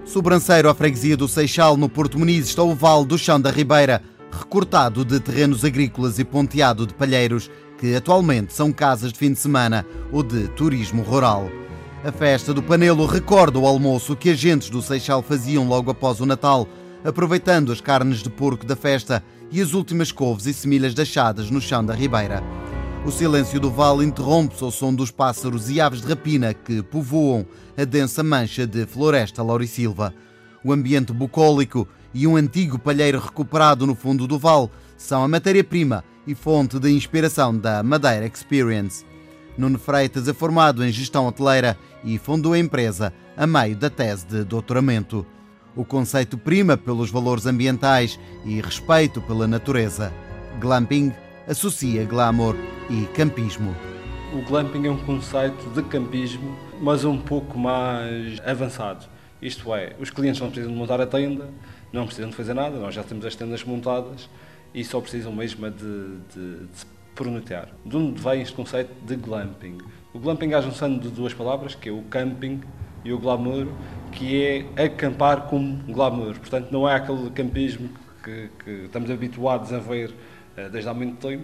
Sobranceiro à freguesia do Seixal, no Porto Muniz, está o Vale do Chão da Ribeira, recortado de terrenos agrícolas e ponteado de palheiros, que atualmente são casas de fim de semana ou de turismo rural. A festa do Panelo recorda o almoço que agentes do Seixal faziam logo após o Natal, aproveitando as carnes de porco da festa e as últimas couves e semilhas deixadas no chão da Ribeira. O silêncio do vale interrompe-se ao som dos pássaros e aves de rapina que povoam a densa mancha de floresta laurisilva. O ambiente bucólico e um antigo palheiro recuperado no fundo do vale são a matéria-prima e fonte de inspiração da Madeira Experience. Nuno Freitas é formado em gestão hoteleira e fundou a empresa a meio da tese de doutoramento. O conceito prima pelos valores ambientais e respeito pela natureza. Glamping associa glamour e campismo. O glamping é um conceito de campismo, mas um pouco mais avançado. Isto é, os clientes não precisam de montar a tenda, não precisam de fazer nada, nós já temos as tendas montadas e só precisam mesmo de se pernoitear. De onde vem este conceito de glamping? O glamping é a junção de duas palavras, que é o camping e o glamour, que é acampar com glamour. Portanto, não é aquele campismo que estamos habituados a ver desde há muito tempo.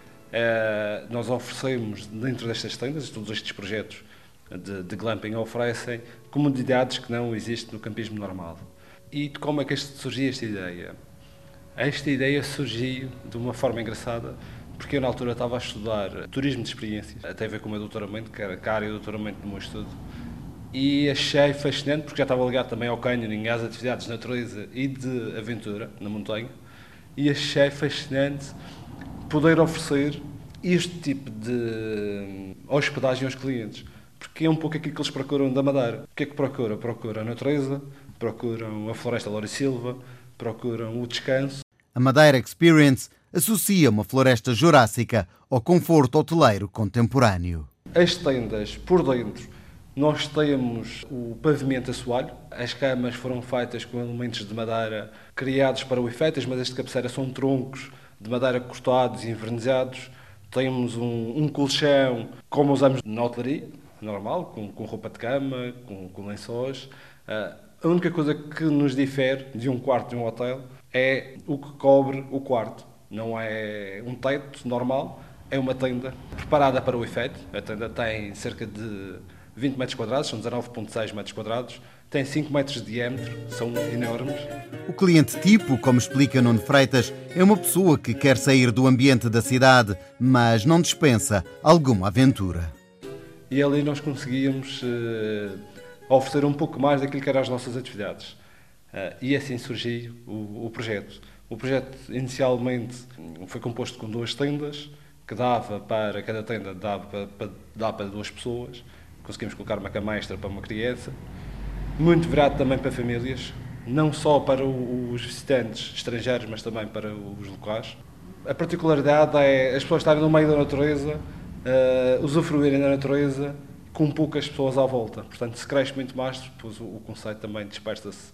Nós oferecemos, dentro destas tendas, todos estes projetos de glamping oferecem comodidades que não existem no campismo normal. E como é que surgiu esta ideia? Esta ideia surgiu de uma forma engraçada, porque eu na altura estava a estudar turismo de experiências, até a ver com o meu doutoramento, que era a área de doutoramento do meu estudo, e achei fascinante, porque já estava ligado também ao canyoning, às atividades de natureza e de aventura na montanha, e achei fascinante poder oferecer este tipo de hospedagem aos clientes, porque é um pouco aquilo que eles procuram da Madeira. O que é que procuram? Procuram a natureza, procuram a floresta laurisilva, procuram o descanso. A Madeira Experience associa uma floresta jurássica ao conforto hoteleiro contemporâneo. As tendas, por dentro, nós temos o pavimento assoalho. As camas foram feitas com elementos de madeira criados para o efeito. As madeiras de cabeceira são troncos de madeira cortados e envernizados. Temos um colchão, como usamos na hotelaria, normal, com roupa de cama, com lençóis. A única coisa que nos difere de um quarto de um hotel é o que cobre o quarto. Não é um teto normal, é uma tenda preparada para o efeito. A tenda tem cerca de 20 metros quadrados, são 19,6 metros quadrados, tem 5 metros de diâmetro, são enormes. O cliente tipo, como explica Nuno Freitas, é uma pessoa que quer sair do ambiente da cidade, mas não dispensa alguma aventura. E ali nós conseguíamos oferecer um pouco mais daquilo que eram as nossas atividades. E assim surgiu o projeto. O projeto inicialmente foi composto com 2 tendas, que dava para cada tenda dava para 2 pessoas. Conseguimos colocar uma cama extra para uma criança. Muito virado também para famílias, não só para os visitantes estrangeiros, mas também para os locais. A particularidade é as pessoas estarem no meio da natureza, usufruírem da natureza, com poucas pessoas à volta. Portanto, se cresce muito mais, depois o conceito também dispersa-se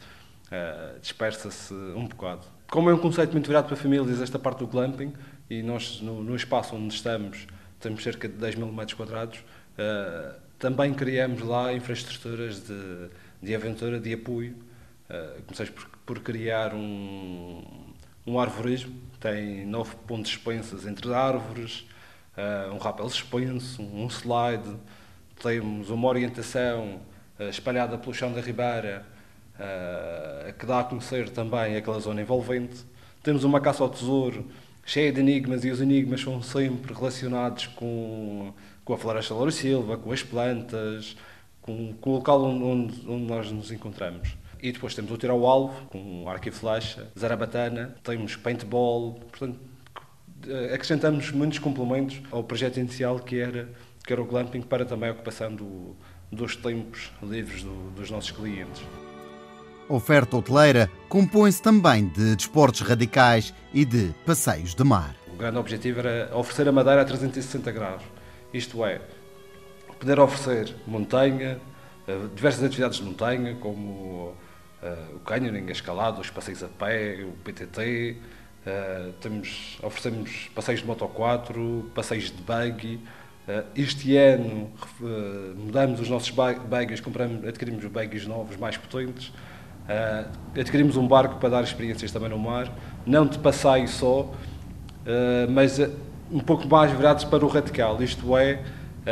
um bocado. Como é um conceito muito virado para famílias, esta parte do glamping, e nós no espaço onde estamos temos cerca de 10 mil metros quadrados, também criamos lá infraestruturas de aventura, de apoio. Começamos por criar um arvorismo, tem 9 pontos suspensas entre árvores, um rapel suspenso, um slide, temos uma orientação espalhada pelo chão da Ribeira, que dá a conhecer também aquela zona envolvente. Temos uma caça ao tesouro cheia de enigmas, e os enigmas são sempre relacionados com a floresta laurisilva, com as plantas, com o local onde nós nos encontramos. E depois temos o tiro ao alvo, com arco e flecha, zarabatana, temos paintball, portanto, acrescentamos muitos complementos ao projeto inicial que era o glamping, para também a ocupação dos tempos livres dos nossos clientes. A oferta hoteleira compõe-se também de desportos radicais e de passeios de mar. O grande objetivo era oferecer a Madeira a 360 graus. Isto é, poder oferecer montanha, diversas atividades de montanha, como o canyoning, a escalada, os passeios a pé, o PTT, oferecemos passeios de Moto 4, passeios de buggy. Este ano mudamos os nossos buggies, adquirimos buggies novos, mais potentes. Adquirimos um barco para dar experiências também no mar, não de passeio só, mas um pouco mais virados para o radical, isto é,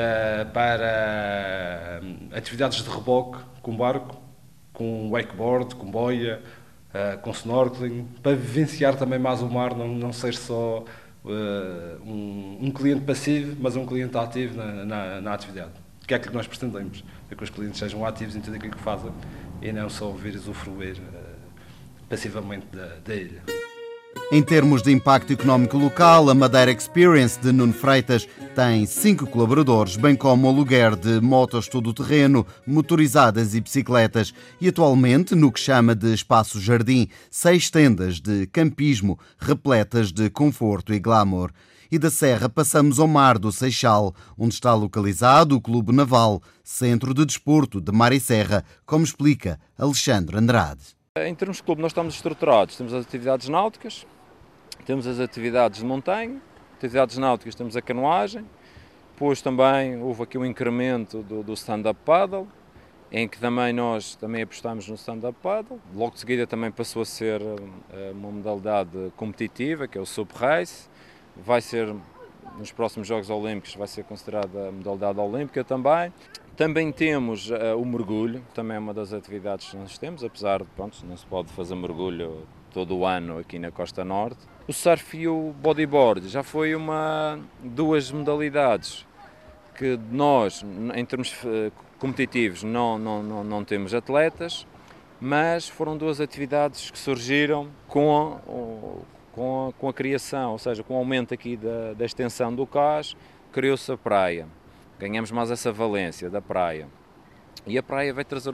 para atividades de reboque com barco, com wakeboard, com boia, com snorkeling, para vivenciar também mais o mar, não ser só um cliente passivo, mas um cliente ativo na atividade. Que é aquilo que nós pretendemos, é que os clientes sejam ativos em tudo aquilo que fazem e não só vir usufruir passivamente da ilha. Em termos de impacto económico local, a Madeira Experience de Nuno Freitas tem 5 colaboradores, bem como o aluguer de motos todo-terreno, motorizadas e bicicletas e atualmente, no que chama de Espaço Jardim, 6 tendas de campismo repletas de conforto e glamour. E da Serra passamos ao mar do Seixal, onde está localizado o Clube Naval, centro de desporto de mar e serra, como explica Alexandre Andrade. Em termos de clube, nós estamos estruturados. Temos as atividades náuticas, temos as atividades de montanha, atividades náuticas, temos a canoagem, depois também houve aqui um incremento do stand-up paddle, em que também nós apostamos no stand-up paddle. Logo de seguida também passou a ser uma modalidade competitiva, que é o SUP Race. Vai ser, nos próximos Jogos Olímpicos, vai ser considerada a modalidade olímpica também. Também temos o mergulho, também é uma das atividades que nós temos, apesar de, não se pode fazer mergulho todo o ano aqui na Costa Norte. O surf e o bodyboard já foi duas modalidades que nós, em termos competitivos, não temos atletas, mas foram duas atividades que surgiram com a criação, ou seja, com o aumento aqui da extensão do cais, criou-se a praia. Ganhamos mais essa valência da praia. E a praia vai trazer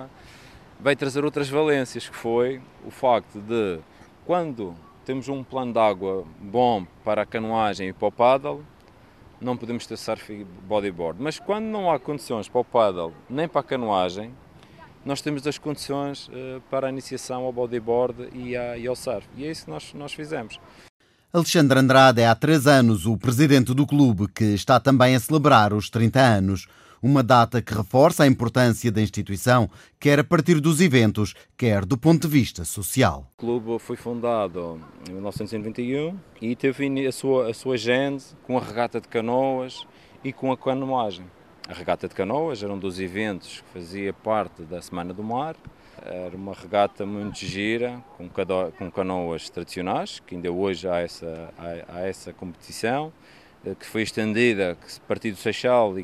outras valências, que foi o facto de, quando temos um plano de água bom para a canoagem e para o paddle, não podemos ter surf e bodyboard. Mas quando não há condições para o paddle nem para a canoagem, nós temos as condições para a iniciação ao bodyboard e ao surf. E é isso que nós fizemos. Alexandre Andrade é há 3 anos o presidente do clube, que está também a celebrar os 30 anos. Uma data que reforça a importância da instituição, quer a partir dos eventos, quer do ponto de vista social. O clube foi fundado em 1991 e teve a sua gênese com a regata de canoas e com a canoagem. A regata de canoas era um dos eventos que fazia parte da Semana do Mar. Era uma regata muito gira, com canoas tradicionais, que ainda hoje há essa competição, que foi estendida, que partiu do Seixal e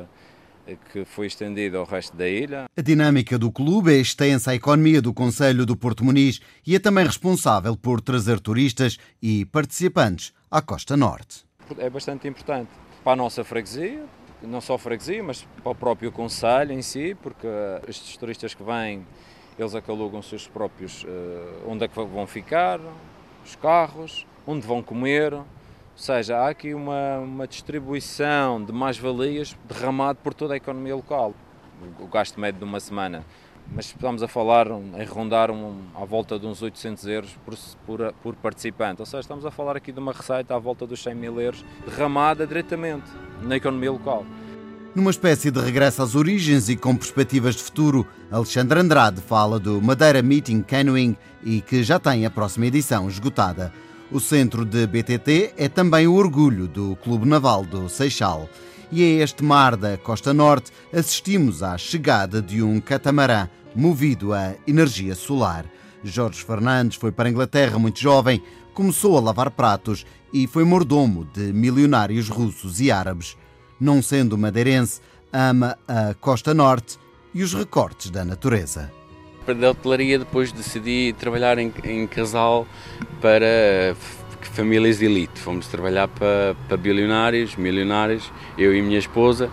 que foi estendida ao resto da ilha. A dinâmica do clube é extensa à economia do concelho do Porto Muniz e é também responsável por trazer turistas e participantes à Costa Norte. É bastante importante para a nossa freguesia, não só a freguesia, mas para o próprio concelho em si, porque estes turistas que vêm, eles alugam os seus próprios, onde é que vão ficar, os carros, onde vão comer. Ou seja, há aqui uma distribuição de mais-valias derramado por toda a economia local. O gasto médio de uma semana. Mas estamos a falar em rondar à volta de uns 800 euros por participante. Ou seja, estamos a falar aqui de uma receita à volta dos 100 mil euros derramada diretamente na economia local. Numa espécie de regresso às origens e com perspectivas de futuro, Alexandre Andrade fala do Madeira Meeting Canoeing e que já tem a próxima edição esgotada. O centro de BTT é também o orgulho do Clube Naval do Seixal. E a este mar da Costa Norte assistimos à chegada de um catamarã movido a energia solar. Jorge Fernandes foi para a Inglaterra muito jovem, começou a lavar pratos e foi mordomo de milionários russos e árabes. Não sendo madeirense, ama a Costa Norte e os recortes da natureza. Da hotelaria depois decidi trabalhar em casal para famílias de elite. Fomos trabalhar para bilionários, milionários, eu e minha esposa,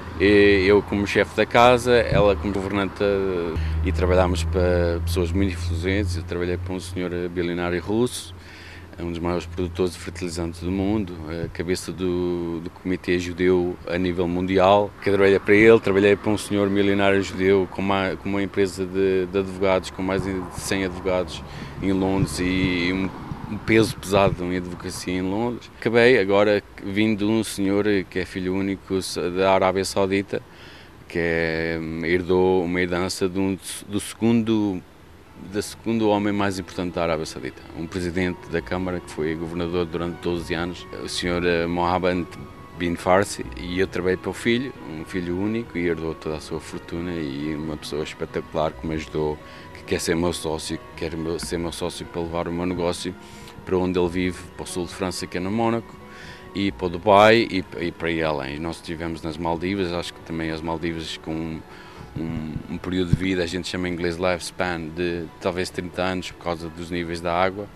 eu como chefe da casa, ela como governante, e trabalhámos para pessoas muito influentes. Eu trabalhei para um senhor bilionário russo, um dos maiores produtores de fertilizantes do mundo, a cabeça do comitê judeu a nível mundial. Trabalhei para ele, trabalhei para um senhor milionário judeu com uma empresa de advogados, com mais de 100 advogados em Londres e um peso pesado em advocacia em Londres. Acabei agora vindo de um senhor que é filho único da Arábia Saudita, que herdou uma herança do segundo do segundo homem mais importante da Arábia Saudita, um presidente da Câmara que foi governador durante 12 anos, o Sr. Mohammed bin Farsi, e eu trabalhei para o filho, um filho único, e herdou toda a sua fortuna, e uma pessoa espetacular que me ajudou, que quer ser meu sócio, que quer ser meu sócio para levar o meu negócio para onde ele vive, para o sul de França, que é no Mónaco, e para o Dubai e para ir além. Nós estivemos nas Maldivas, acho que também as Maldivas com um período de vida, a gente chama em inglês lifespan, de talvez 30 anos por causa dos níveis da água.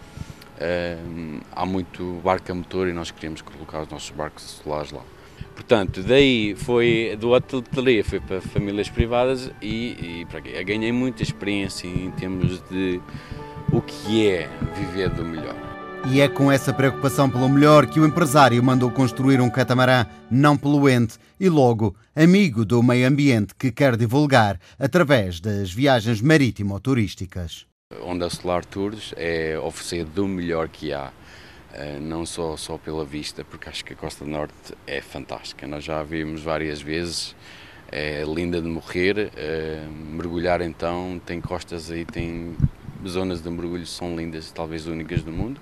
Há muito barco a motor e nós queríamos colocar os nossos barcos solares lá. Portanto, daí foi do hotelaria, foi para famílias privadas e para quê? Eu ganhei muita experiência em termos de o que é viver do melhor. E é com essa preocupação pelo melhor que o empresário mandou construir um catamarã não poluente e logo amigo do meio ambiente que quer divulgar através das viagens marítimo-turísticas. Onda Solar Tours é oferecer do melhor que há, não só pela vista, porque acho que a Costa Norte é fantástica. Nós já a vimos várias vezes, é linda de morrer, mergulhar então, tem costas aí, tem zonas de mergulho que são lindas, talvez únicas do mundo.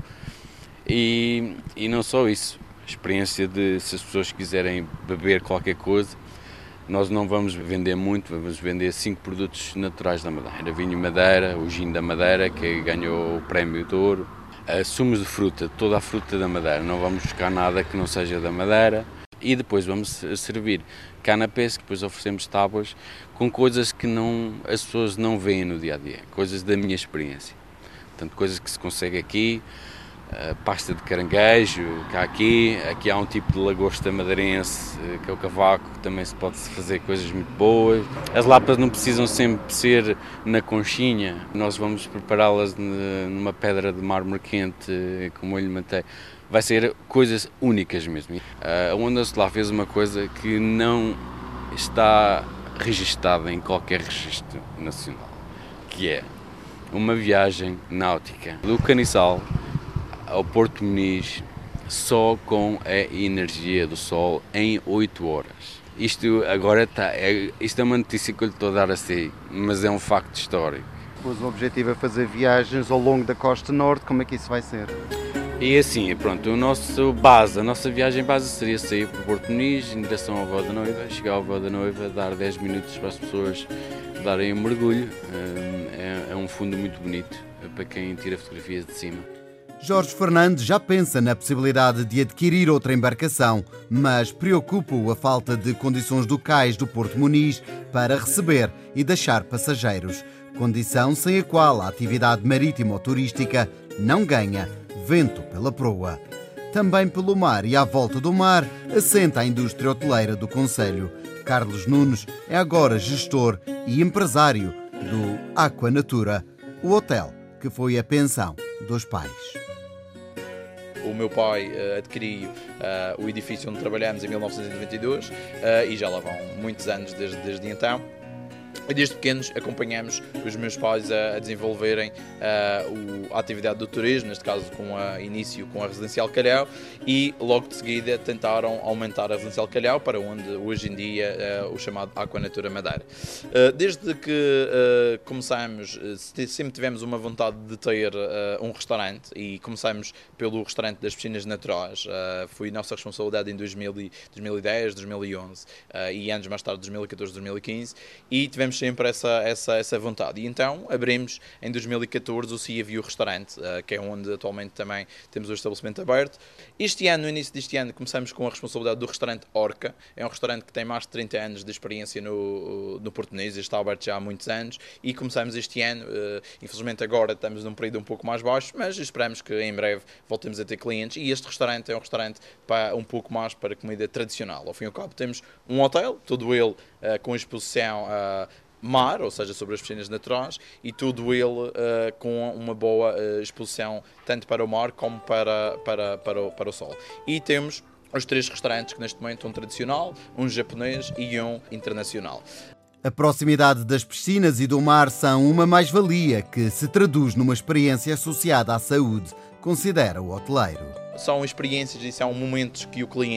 E não só isso, a experiência de, se as pessoas quiserem beber qualquer coisa, nós não vamos vender muito, vamos vender 5 produtos naturais da Madeira. Vinho Madeira, o gin da Madeira, que ganhou o prémio de ouro, sumos de fruta, toda a fruta da Madeira, não vamos buscar nada que não seja da Madeira. E depois vamos servir canapés, que depois oferecemos tábuas com coisas que as pessoas não veem no dia-a-dia, coisas da minha experiência. Portanto, coisas que se consegue aqui, pasta de caranguejo, aqui há um tipo de lagosta madeirense, que é o cavaco, que também se pode fazer coisas muito boas. As lapas não precisam sempre ser na conchinha, nós vamos prepará-las numa pedra de mármore quente, com molho de manteiga. Vai ser coisas únicas mesmo. A Onda Solar fez uma coisa que não está registada em qualquer registro nacional, que é uma viagem náutica do Caniçal ao Porto Muniz só com a energia do sol em 8 horas. Isto agora isto é uma notícia que eu lhe estou a dar assim, mas é um facto histórico. Pois o objetivo é fazer viagens ao longo da Costa Norte, como é que isso vai ser? E assim, pronto, a nossa viagem base seria sair para o Porto Muniz em direção ao Véu da Noiva, chegar ao Véu da Noiva, dar 10 minutos para as pessoas darem um mergulho. É um fundo muito bonito para quem tira fotografias de cima. Jorge Fernandes já pensa na possibilidade de adquirir outra embarcação, mas preocupa-o a falta de condições do cais do Porto Muniz para receber e deixar passageiros, condição sem a qual a atividade marítimo-turística não ganha vento pela proa. Também pelo mar e à volta do mar assenta a indústria hoteleira do concelho. Carlos Nunes é agora gestor e empresário do Aqua Natura, o hotel que foi a pensão dos pais. O meu pai adquiriu o edifício onde trabalhamos em 1992 e já lá vão muitos anos desde então. E desde pequenos acompanhamos os meus pais a desenvolverem a atividade do turismo, neste caso início com a Residencial Calhau, e logo de seguida tentaram aumentar a Residencial Calhau para onde hoje em dia o chamado Aqua Natura Madeira. Desde que começamos, sempre tivemos uma vontade de ter um restaurante e começamos pelo restaurante das piscinas naturais. Foi nossa responsabilidade em 2010, 2011 e anos mais tarde 2014, 2015, e tivemos sempre essa vontade. E então abrimos em 2014 o Sea View Restaurante, que é onde atualmente também temos o estabelecimento aberto. No início deste ano, começamos com a responsabilidade do restaurante Orca. É um restaurante que tem mais de 30 anos de experiência no Porto Muniz, está aberto já há muitos anos, e começamos este ano. Infelizmente agora estamos num período um pouco mais baixo, mas esperamos que em breve voltemos a ter clientes, e este restaurante é um restaurante um pouco mais para comida tradicional. Ao fim e ao cabo temos um hotel, todo ele com exposição mar, ou seja, sobre as piscinas naturais, e todo ele com uma boa exposição tanto para o mar como para o sol. E temos os 3 restaurantes que neste momento, um tradicional, um japonês e um internacional. A proximidade das piscinas e do mar são uma mais-valia que se traduz numa experiência associada à saúde, considera o hoteleiro. São experiências e são momentos que o cliente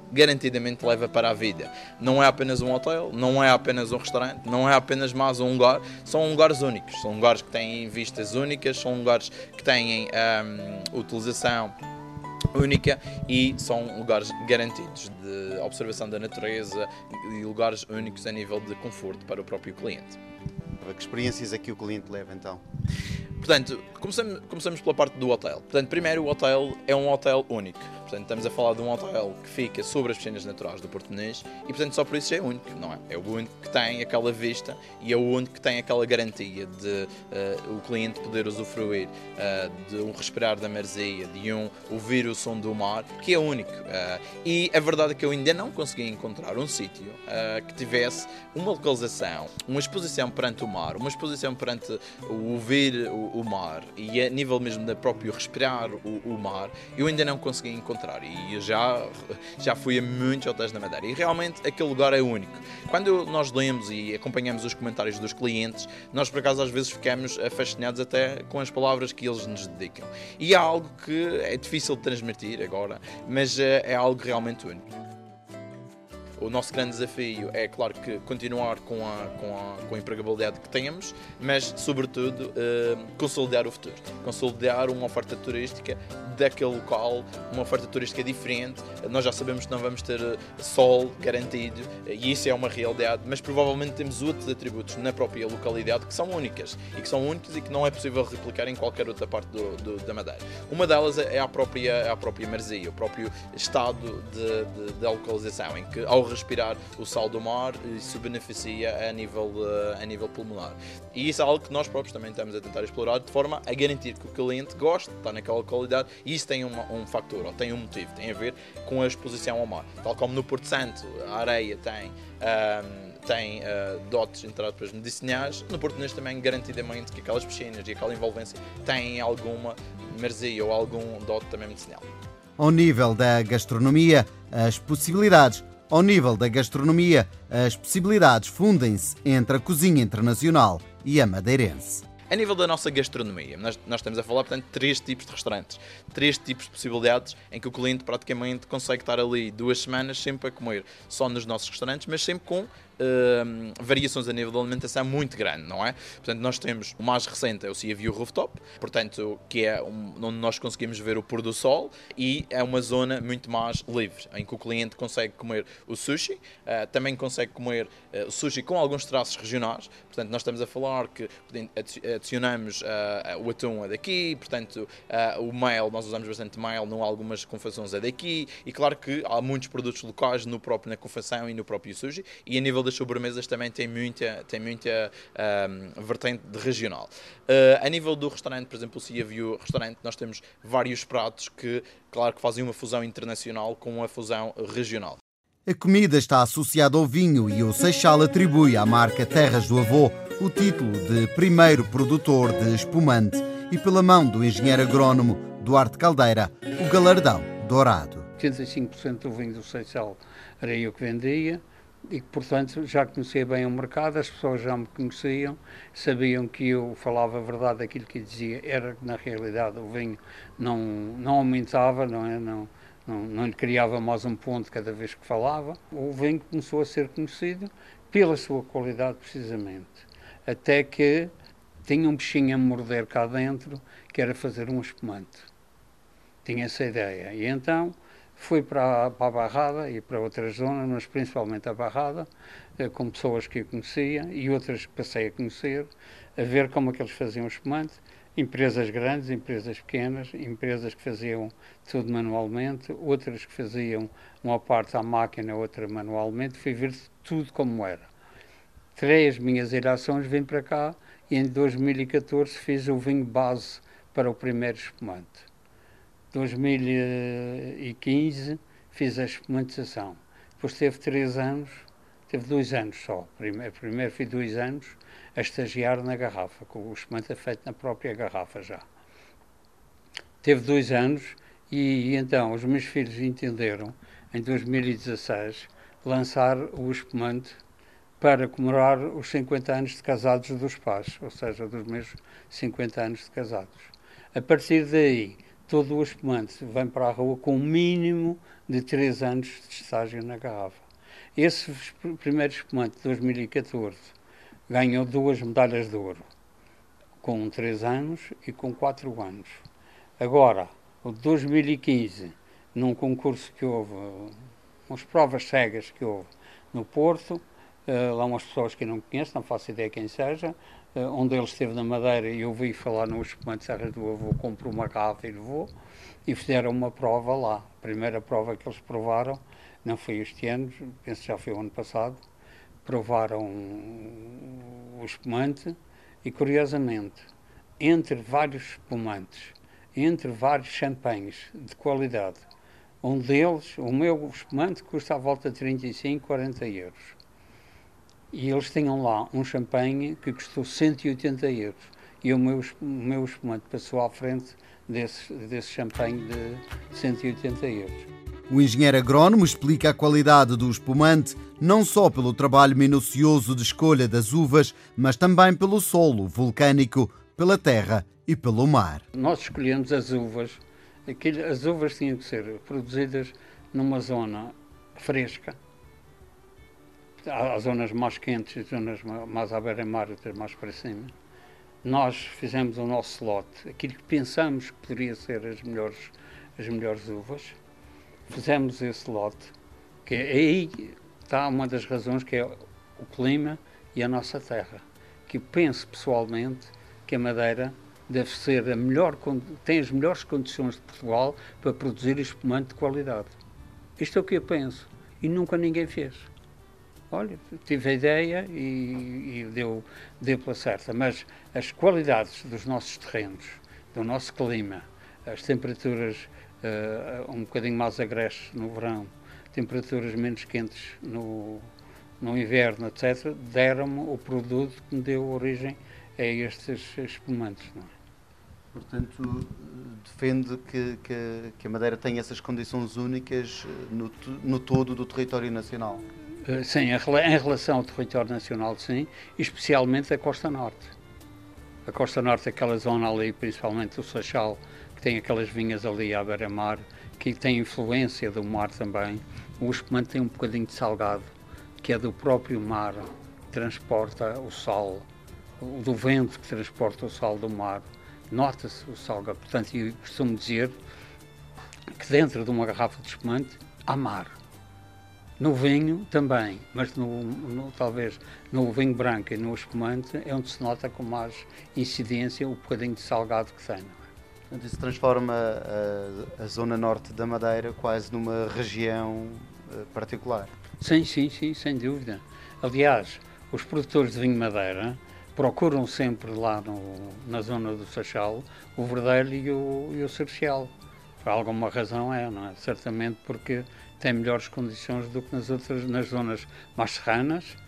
garantidamente leva para a vida. Não é apenas um hotel, não é apenas um restaurante, não é apenas mais um lugar, são lugares únicos, são lugares que têm vistas únicas, são lugares que têm utilização única e são lugares garantidos de observação da natureza e lugares únicos a nível de conforto para o próprio cliente. Que experiências é que o cliente leva então? Portanto, começamos pela parte do hotel. Portanto, primeiro, o hotel é um hotel único. Portanto, estamos a falar de um hotel que fica sobre as piscinas naturais do Porto Muniz e, portanto, só por isso é único, não é? É o único que tem aquela vista e é o único que tem aquela garantia de o cliente poder usufruir de um respirar da maresia, de ouvir o som do mar, que é único. E a verdade é que eu ainda não consegui encontrar um sítio que tivesse uma localização, uma exposição perante o mar, uma exposição perante o ouvir o mar e a nível mesmo da próprio respirar o mar, eu ainda não consegui encontrar e eu já fui a muitos hotéis na Madeira e realmente aquele lugar é único. Quando nós lemos e acompanhamos os comentários dos clientes, nós por acaso às vezes ficamos fascinados até com as palavras que eles nos dedicam. E é algo que é difícil de transmitir agora, mas é algo realmente único. O nosso grande desafio é, claro, que continuar com a empregabilidade que temos, mas, sobretudo, consolidar o futuro. Consolidar uma oferta turística daquele local, uma oferta turística diferente. Nós já sabemos que não vamos ter sol garantido, e isso é uma realidade, mas provavelmente temos outros atributos na própria localidade que são únicas, e que não é possível replicar em qualquer outra parte da Madeira. Uma delas é a própria maresia, o próprio estado da localização, em que, ao respirar o sal do mar, isso beneficia a nível pulmonar. E isso é algo que nós próprios também estamos a tentar explorar, de forma a garantir que o cliente goste de estar naquela localidade, e isso tem um fator, ou tem um motivo, tem a ver com a exposição ao mar. Tal como no Porto Santo, a areia tem dotes, entre aspas, medicinais, no Porto Muniz também garantidamente que aquelas piscinas e aquela envolvência têm alguma maresia ou algum dote também medicinal. Ao nível da gastronomia, as possibilidades fundem-se entre a cozinha internacional e a madeirense. A nível da nossa gastronomia, nós estamos a falar, portanto, de 3 tipos de restaurantes, 3 tipos de possibilidades em que o cliente praticamente consegue estar ali 2 semanas sempre a comer só nos nossos restaurantes, mas sempre com variações a nível de alimentação muito grande, não é? Portanto, nós temos o mais recente, é o Sea View Rooftop, portanto, que é onde nós conseguimos ver o pôr do sol, e é uma zona muito mais livre, em que o cliente consegue comer o sushi, também consegue comer o sushi com alguns traços regionais. Portanto, nós estamos a falar que adicionamos o atum é daqui, portanto, o mel, nós usamos bastante mel, não algumas confecções é daqui, e claro que há muitos produtos locais na confecção e no próprio sushi, e a nível das sobremesas também tem muita vertente de regional. A nível do restaurante, por exemplo, o Sea View Restaurante, nós temos vários pratos que, claro, que fazem uma fusão internacional com uma fusão regional. A comida está associada ao vinho e o Seixal atribui à marca Terras do Avô o título de primeiro produtor de espumante e, pela mão do engenheiro agrónomo Duarte Caldeira, o galardão dourado. 85% do vinho do Seixal era eu que vendia e, portanto, já conhecia bem o mercado, as pessoas já me conheciam, sabiam que eu falava a verdade daquilo que dizia, era que na realidade o vinho não aumentava, não lhe criava mais um ponto cada vez que falava. O vinho começou a ser conhecido pela sua qualidade, precisamente. Até que tinha um bichinho a morder cá dentro, que era fazer um espumante. Tinha essa ideia. E então fui para a Barrada e para outras zonas, mas principalmente a Barrada, com pessoas que eu conhecia e outras que passei a conhecer, a ver como é que eles faziam o espumante. Empresas grandes, empresas pequenas, empresas que faziam tudo manualmente, outras que faziam uma parte à máquina, outra manualmente. Fui ver tudo como era. 3 minhas ilações, vim para cá e em 2014 fiz o vinho base para o primeiro espumante. 2015 fiz a espumatização. Depois teve 2 anos só. Primeiro fui 2 anos a estagiar na garrafa, com o espumante é feito na própria garrafa já. Teve 2 anos e então os meus filhos entenderam, em 2016, lançar o espumante para comemorar os 50 anos de casados dos pais, ou seja, dos meus 50 anos de casados. A partir daí, todo o espumante vem para a rua com um mínimo de 3 anos de estágio na garrafa. Esse primeiro espumante de 2014 ganhou 2 medalhas de ouro, com 3 anos e com 4 anos. Agora, o de 2015, num concurso que houve, umas provas cegas que houve no Porto, lá umas pessoas que eu não conheço, não faço ideia quem seja, um deles esteve na Madeira e eu ouvi falar no espumante Serras do Avô, comprou uma garrafa e levou, e fizeram uma prova lá. A primeira prova que eles provaram, não foi este ano, penso que já foi o ano passado, provaram o espumante e, curiosamente, entre vários espumantes, entre vários champanhes de qualidade, um deles, o meu espumante, custa à volta de 35, 40 euros. E eles tinham lá um champanhe que custou 180 euros. E o meu espumante passou à frente desse champanhe de 180 euros. O engenheiro agrónomo explica a qualidade do espumante não só pelo trabalho minucioso de escolha das uvas, mas também pelo solo vulcânico, pela terra e pelo mar. Nós escolhemos as uvas. As uvas tinham que ser produzidas numa zona fresca. Há zonas mais quentes e zonas mais à beira-mar, outras mais para cima. Nós fizemos o nosso lote, aquilo que pensamos que poderia ser as melhores uvas. Fizemos esse lote, que aí está uma das razões, que é o clima e a nossa terra. Que eu penso pessoalmente que a Madeira deve ser tem as melhores condições de Portugal para produzir espumante de qualidade. Isto é o que eu penso e nunca ninguém fez. Olha, tive a ideia e deu pela certa, mas as qualidades dos nossos terrenos, do nosso clima, as temperaturas um bocadinho mais agrestes no verão, temperaturas menos quentes no inverno, etc., deram-me o produto que me deu origem a estes espumantes. Não é? Portanto, defende que a Madeira tem essas condições únicas no todo do território nacional? Sim, em relação ao território nacional, sim, especialmente a Costa Norte. A Costa Norte, aquela zona ali, principalmente o Seixal, que tem aquelas vinhas ali à beira-mar, que tem influência do mar também. O espumante tem um bocadinho de salgado, que é do próprio mar, que transporta o sal, do vento que transporta o sal do mar. Nota-se o salgado. Portanto, eu costumo dizer que dentro de uma garrafa de espumante há mar. No vinho também, mas talvez no vinho branco e no espumante é onde se nota com mais incidência o bocadinho de salgado que tem. Portanto, isso transforma a zona norte da Madeira quase numa região particular. Sim, sem dúvida. Aliás, os produtores de vinho Madeira procuram sempre lá na zona do Seixal o verdelho e o cercial. Por alguma razão não é? Certamente porque tem melhores condições do que nas zonas mais serranas,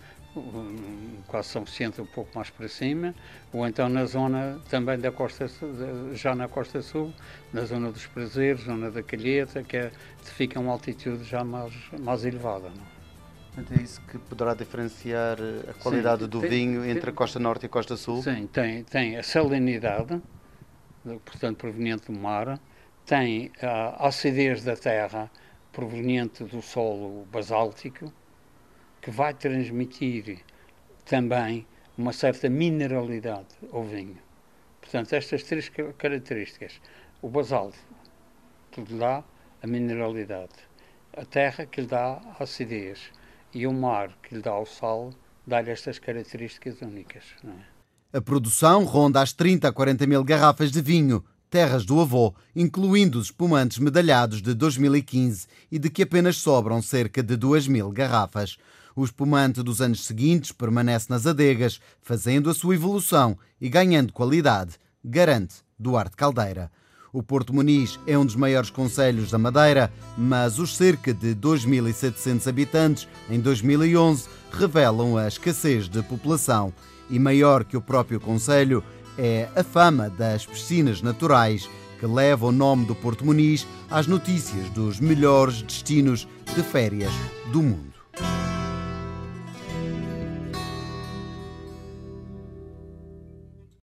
quase São Vicente um pouco mais para cima, ou então na zona também da Costa, já na Costa Sul, na zona dos Prazeres, zona da Calheta, que fica a uma altitude já mais elevada. Não? Portanto, é isso que poderá diferenciar a qualidade do vinho entre a Costa Norte e a Costa Sul? Sim, tem a salinidade, portanto proveniente do mar, tem a acidez da terra proveniente do solo basáltico, que vai transmitir também uma certa mineralidade ao vinho. Portanto, estas 3 características, o basalto, que lhe dá a mineralidade, a terra, que lhe dá a acidez, e o mar, que lhe dá o sal, dá-lhe estas características únicas. Não é? A produção ronda as 30 a 40 mil garrafas de vinho, Terras do Avô, incluindo os espumantes medalhados de 2015 e de que apenas sobram cerca de 2.000 garrafas. O espumante dos anos seguintes permanece nas adegas, fazendo a sua evolução e ganhando qualidade, garante Duarte Caldeira. O Porto Muniz é um dos maiores concelhos da Madeira, mas os cerca de 2.700 habitantes em 2011 revelam a escassez de população e, maior que o próprio concelho, é a fama das piscinas naturais que leva o nome do Porto Muniz às notícias dos melhores destinos de férias do mundo.